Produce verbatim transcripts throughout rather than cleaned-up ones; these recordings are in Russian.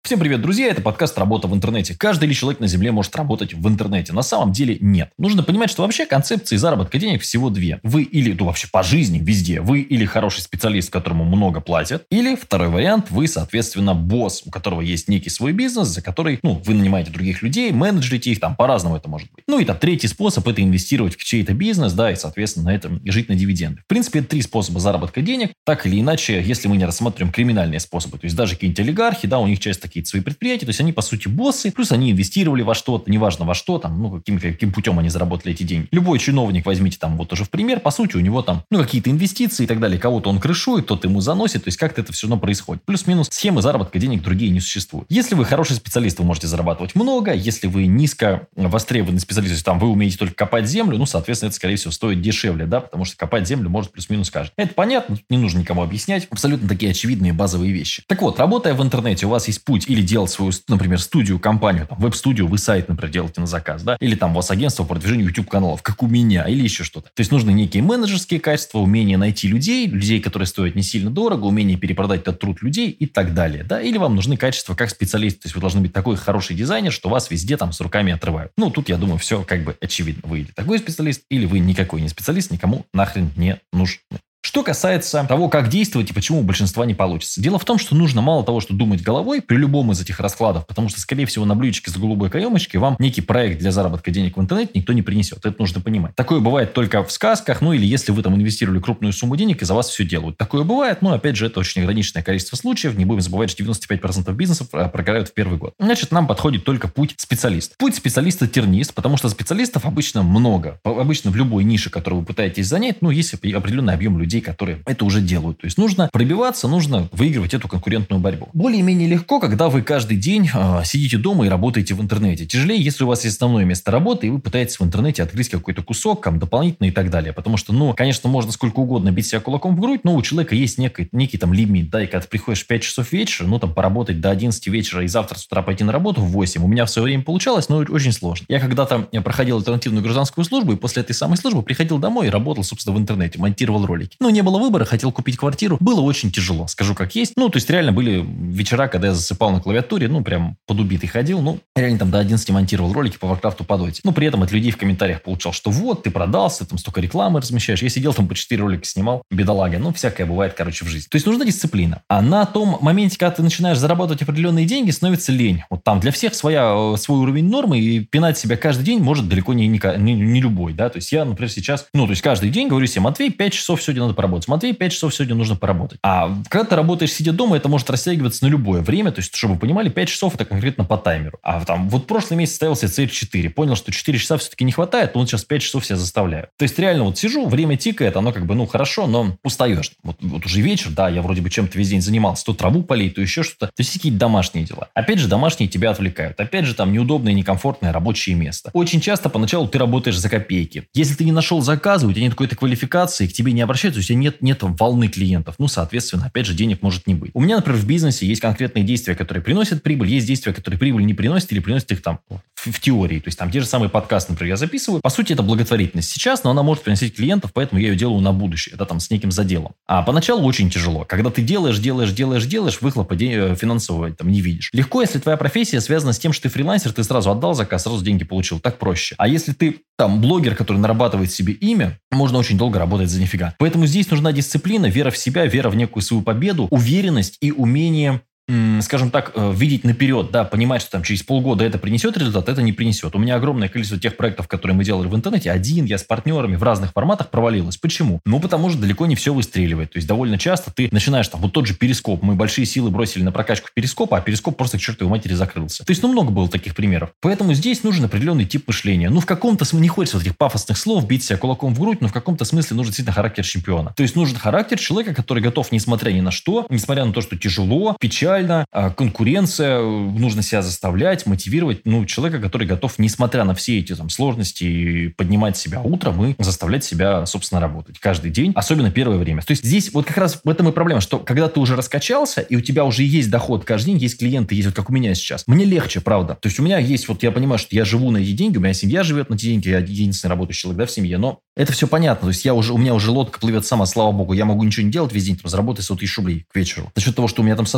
Всем привет, друзья! Это подкаст «Работа в интернете». Каждый ли человек на Земле может работать в интернете? На самом деле нет. Нужно понимать, что вообще концепции заработка денег всего две. Вы или, ну вообще по жизни, везде, вы или хороший специалист, которому много платят, или второй вариант, вы, соответственно, босс, у которого есть некий свой бизнес, за который, ну, вы нанимаете других людей, менеджерите их, там, по-разному это может быть. Ну и там третий способ – это инвестировать в чей-то бизнес, да, и, соответственно, на этом жить на дивиденды. В принципе, это три способа заработка денег. Так или иначе, если мы не рассматриваем криминальные способы, то есть даже какие-нибудь олигархи, да, у них часть такие свои предприятия, то есть они, по сути, боссы, плюс они инвестировали во что-то, неважно во что, там, ну, каким, каким путем они заработали эти деньги. Любой чиновник, возьмите там вот тоже в пример, по сути, у него там, ну, какие-то инвестиции и так далее, кого-то он крышует, кто-то ему заносит, то есть как-то это все равно происходит. Плюс-минус схемы заработка денег другие не существуют. Если вы хороший специалист, вы можете зарабатывать много, если вы низко востребованный специалист, то есть там вы умеете только копать землю, ну, соответственно, это, скорее всего, стоит дешевле, да, потому что копать землю может плюс-минус каждый. Это понятно, не нужно никому объяснять, абсолютно такие очевидные базовые вещи. Так вот, работая в интернете, у вас есть путь или делать свою, например, студию, компанию, там, веб-студию, вы сайт, например, делаете на заказ, да, или там у вас агентство по продвижению YouTube-каналов, как у меня, или еще что-то. То есть нужны некие менеджерские качества, умение найти людей, людей, которые стоят не сильно дорого, умение перепродать этот труд людей и так далее, да, или вам нужны качества как специалист, то есть вы должны быть такой хороший дизайнер, что вас везде там с руками отрывают. Ну, тут, я думаю, все как бы очевидно. Вы или такой специалист, или вы никакой не специалист, никому нахрен не нужны. Что касается того, как действовать и почему у большинства не получится. Дело в том, что нужно мало того, что думать головой при любом из этих раскладов, потому что, скорее всего, на блюдечке с голубой каемочкой вам некий проект для заработка денег в интернете никто не принесет. Это нужно понимать. Такое бывает только в сказках, ну или если вы там инвестировали крупную сумму денег и за вас все делают. Такое бывает, но опять же это очень ограниченное количество случаев. Не будем забывать, что девяносто пять процентов бизнесов прогорают в первый год. Значит, нам подходит только путь специалиста. Путь специалиста тернист, потому что специалистов обычно много. Обычно в любой нише, которую вы пытаетесь занять, ну, есть определенный объем людей, которые это уже делают. То есть нужно пробиваться, нужно выигрывать эту конкурентную борьбу. Более-менее легко, когда вы каждый день э, сидите дома и работаете в интернете. Тяжелее, если у вас есть основное место работы, и вы пытаетесь в интернете открыть какой-то кусок, там, дополнительно и так далее. Потому что, ну, конечно, можно сколько угодно бить себя кулаком в грудь, но у человека есть некий, некий там лимит, да, и когда ты приходишь в пять часов вечера, ну, там, поработать до одиннадцати вечера и завтра с утра пойти на работу в восемь. У меня в свое время получалось, но очень сложно. Я когда-то проходил альтернативную гражданскую службу, и после этой самой службы приходил домой и работал, собственно, в интернете, монтировал ролики. Ну, не было выбора, хотел купить квартиру, было очень тяжело, скажу как есть. Ну, то есть реально были вечера, когда я засыпал на клавиатуре, ну, прям под убитый ходил, ну, реально там до одиннадцати монтировал ролики по Warcraft по доте. Ну, при этом от людей в комментариях получал, что вот, ты продался, там столько рекламы размещаешь. Я сидел там по четыре ролика снимал, бедолага. Ну, всякое бывает, короче, в жизни. То есть нужна дисциплина. А на том моменте, когда ты начинаешь зарабатывать определенные деньги, становится лень. Вот там для всех своя, свой уровень нормы, и пинать себя каждый день может далеко не, не, не, не любой, да. То есть я, например, сейчас, ну, то есть каждый день говорю себе: Матвей, пять часов сегодня надо поработать. Матвей, пять часов сегодня нужно поработать. А когда ты работаешь сидя дома, это может растягиваться на любое время. То есть, чтобы вы понимали, пять часов это конкретно по таймеру. А там вот прошлый месяц ставил себе цель четыре. Понял, что четыре часа все-таки не хватает, то вот сейчас пять часов себя заставляю. То есть реально вот сижу, время тикает, оно как бы, ну, хорошо, но устаешь. Вот, вот уже вечер, да, я вроде бы чем-то весь день занимался. То траву полей, то еще что-то. То есть какие-то домашние дела. Опять же, домашние тебя отвлекают. Опять же, там неудобное, некомфортное рабочее место. Очень часто поначалу ты работаешь за копейки. Если ты не нашел заказы, у тебя нет какой-то квалификации, к тебе не обращаются, у тебя нет, нет волны клиентов. Ну, соответственно, опять же, денег может не быть. У меня, например, в бизнесе есть конкретные действия, которые приносят прибыль, есть действия, которые прибыль не приносят или приносят их там в, в теории. То есть там те же самые подкасты, например, я записываю. По сути, это благотворительность сейчас, но она может приносить клиентов, поэтому я ее делаю на будущее. Это там с неким заделом. А поначалу очень тяжело. Когда ты делаешь, делаешь, делаешь, делаешь, выхлопа финансового там не видишь. Легко, если твоя профессия связана с тем, что ты фрилансер, ты сразу отдал заказ, сразу деньги получил. Так проще. А если ты там блогер, который нарабатывает себе имя, можно очень долго работать за нифига. Поэтому здесь нужна дисциплина, вера в себя, вера в некую свою победу, уверенность и умение, скажем так, видеть наперед, да, понимать, что там через полгода это принесет результат, это не принесет. У меня огромное количество тех проектов, которые мы делали в интернете, один, я с партнерами в разных форматах провалилось. Почему? Ну, потому что далеко не все выстреливает. То есть довольно часто ты начинаешь там, вот тот же Перископ, мы большие силы бросили на прокачку Перископа, а Перископ просто к чертовой матери закрылся. То есть, ну, много было таких примеров. Поэтому здесь нужен определенный тип мышления. Ну, в каком-то смысле, не хочется вот этих пафосных слов, бить себя кулаком в грудь, но в каком-то смысле нужен действительно характер чемпиона. То есть нужен характер человека, который готов, несмотря ни на что, несмотря на то, что тяжело, печально, конкуренция, нужно себя заставлять, мотивировать, ну, человека, который готов, несмотря на все эти там сложности, поднимать себя утром и заставлять себя, собственно, работать каждый день, особенно первое время. То есть здесь вот как раз в этом и проблема, что когда ты уже раскачался, и у тебя уже есть доход каждый день, есть клиенты, есть вот как у меня сейчас, мне легче, правда. То есть у меня есть, вот я понимаю, что я живу на эти деньги, у меня семья живет на эти деньги, я единственный работающий человек, да, в семье, но это все понятно. То есть я уже, у меня уже лодка плывет сама, слава богу, я могу ничего не делать весь день, там, заработать сто тысяч рублей к вечеру. За счет того, что у меня там сотрудники, да,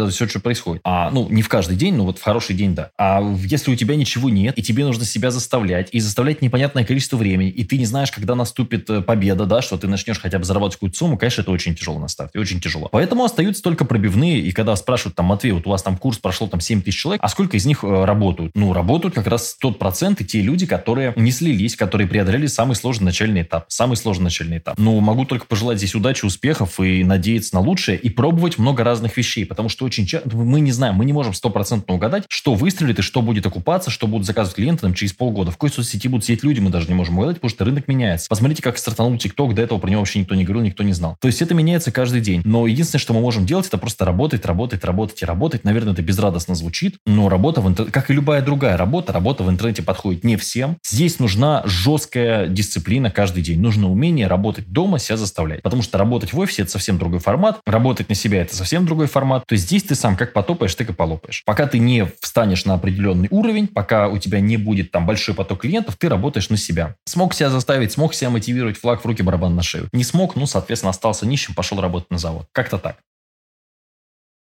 это все, что происходит. А, ну, не в каждый день, но вот в хороший день, да. А если у тебя ничего нет, и тебе нужно себя заставлять, и заставлять непонятное количество времени, и ты не знаешь, когда наступит победа, да, что ты начнешь хотя бы зарабатывать какую-то сумму, конечно, это очень тяжело на старте, очень тяжело. Поэтому остаются только пробивные, и когда спрашивают, там, Матвей, вот у вас там курс прошло там семь тысяч человек, а сколько из них э, работают? Ну, работают как раз тот процент и те люди, которые не слились, которые преодолели самый сложный начальный этап. Самый сложный начальный этап. Ну, могу только пожелать здесь удачи, успехов и надеяться на лучшее, и пробовать много разных вещей, потому что очень часто мы не знаем, мы не можем стопроцентно угадать, что выстрелит и что будет окупаться, что будут заказывать клиенты там, через полгода. В какой соцсети будут сидеть люди, мы даже не можем угадать, потому что рынок меняется. Посмотрите, как стартанул ТикТок, до этого про него вообще никто не говорил, никто не знал. То есть это меняется каждый день. Но единственное, что мы можем делать, это просто работать, работать, работать и работать. Наверное, это безрадостно звучит, но работа в интернете, как и любая другая работа, работа в интернете подходит не всем. Здесь нужна жесткая дисциплина каждый день. Нужно умение работать дома, себя заставлять. Потому что работать в офисе – это совсем другой формат. Работать на себя – это совсем другой формат. То есть здесь ты сам как потопаешь, так и полопаешь. Пока ты не встанешь на определенный уровень, пока у тебя не будет там большой поток клиентов, ты работаешь на себя. Смог себя заставить, смог себя мотивировать, флаг в руки, барабан на шею. Не смог, ну, соответственно, остался нищим, пошел работать на завод. Как-то так.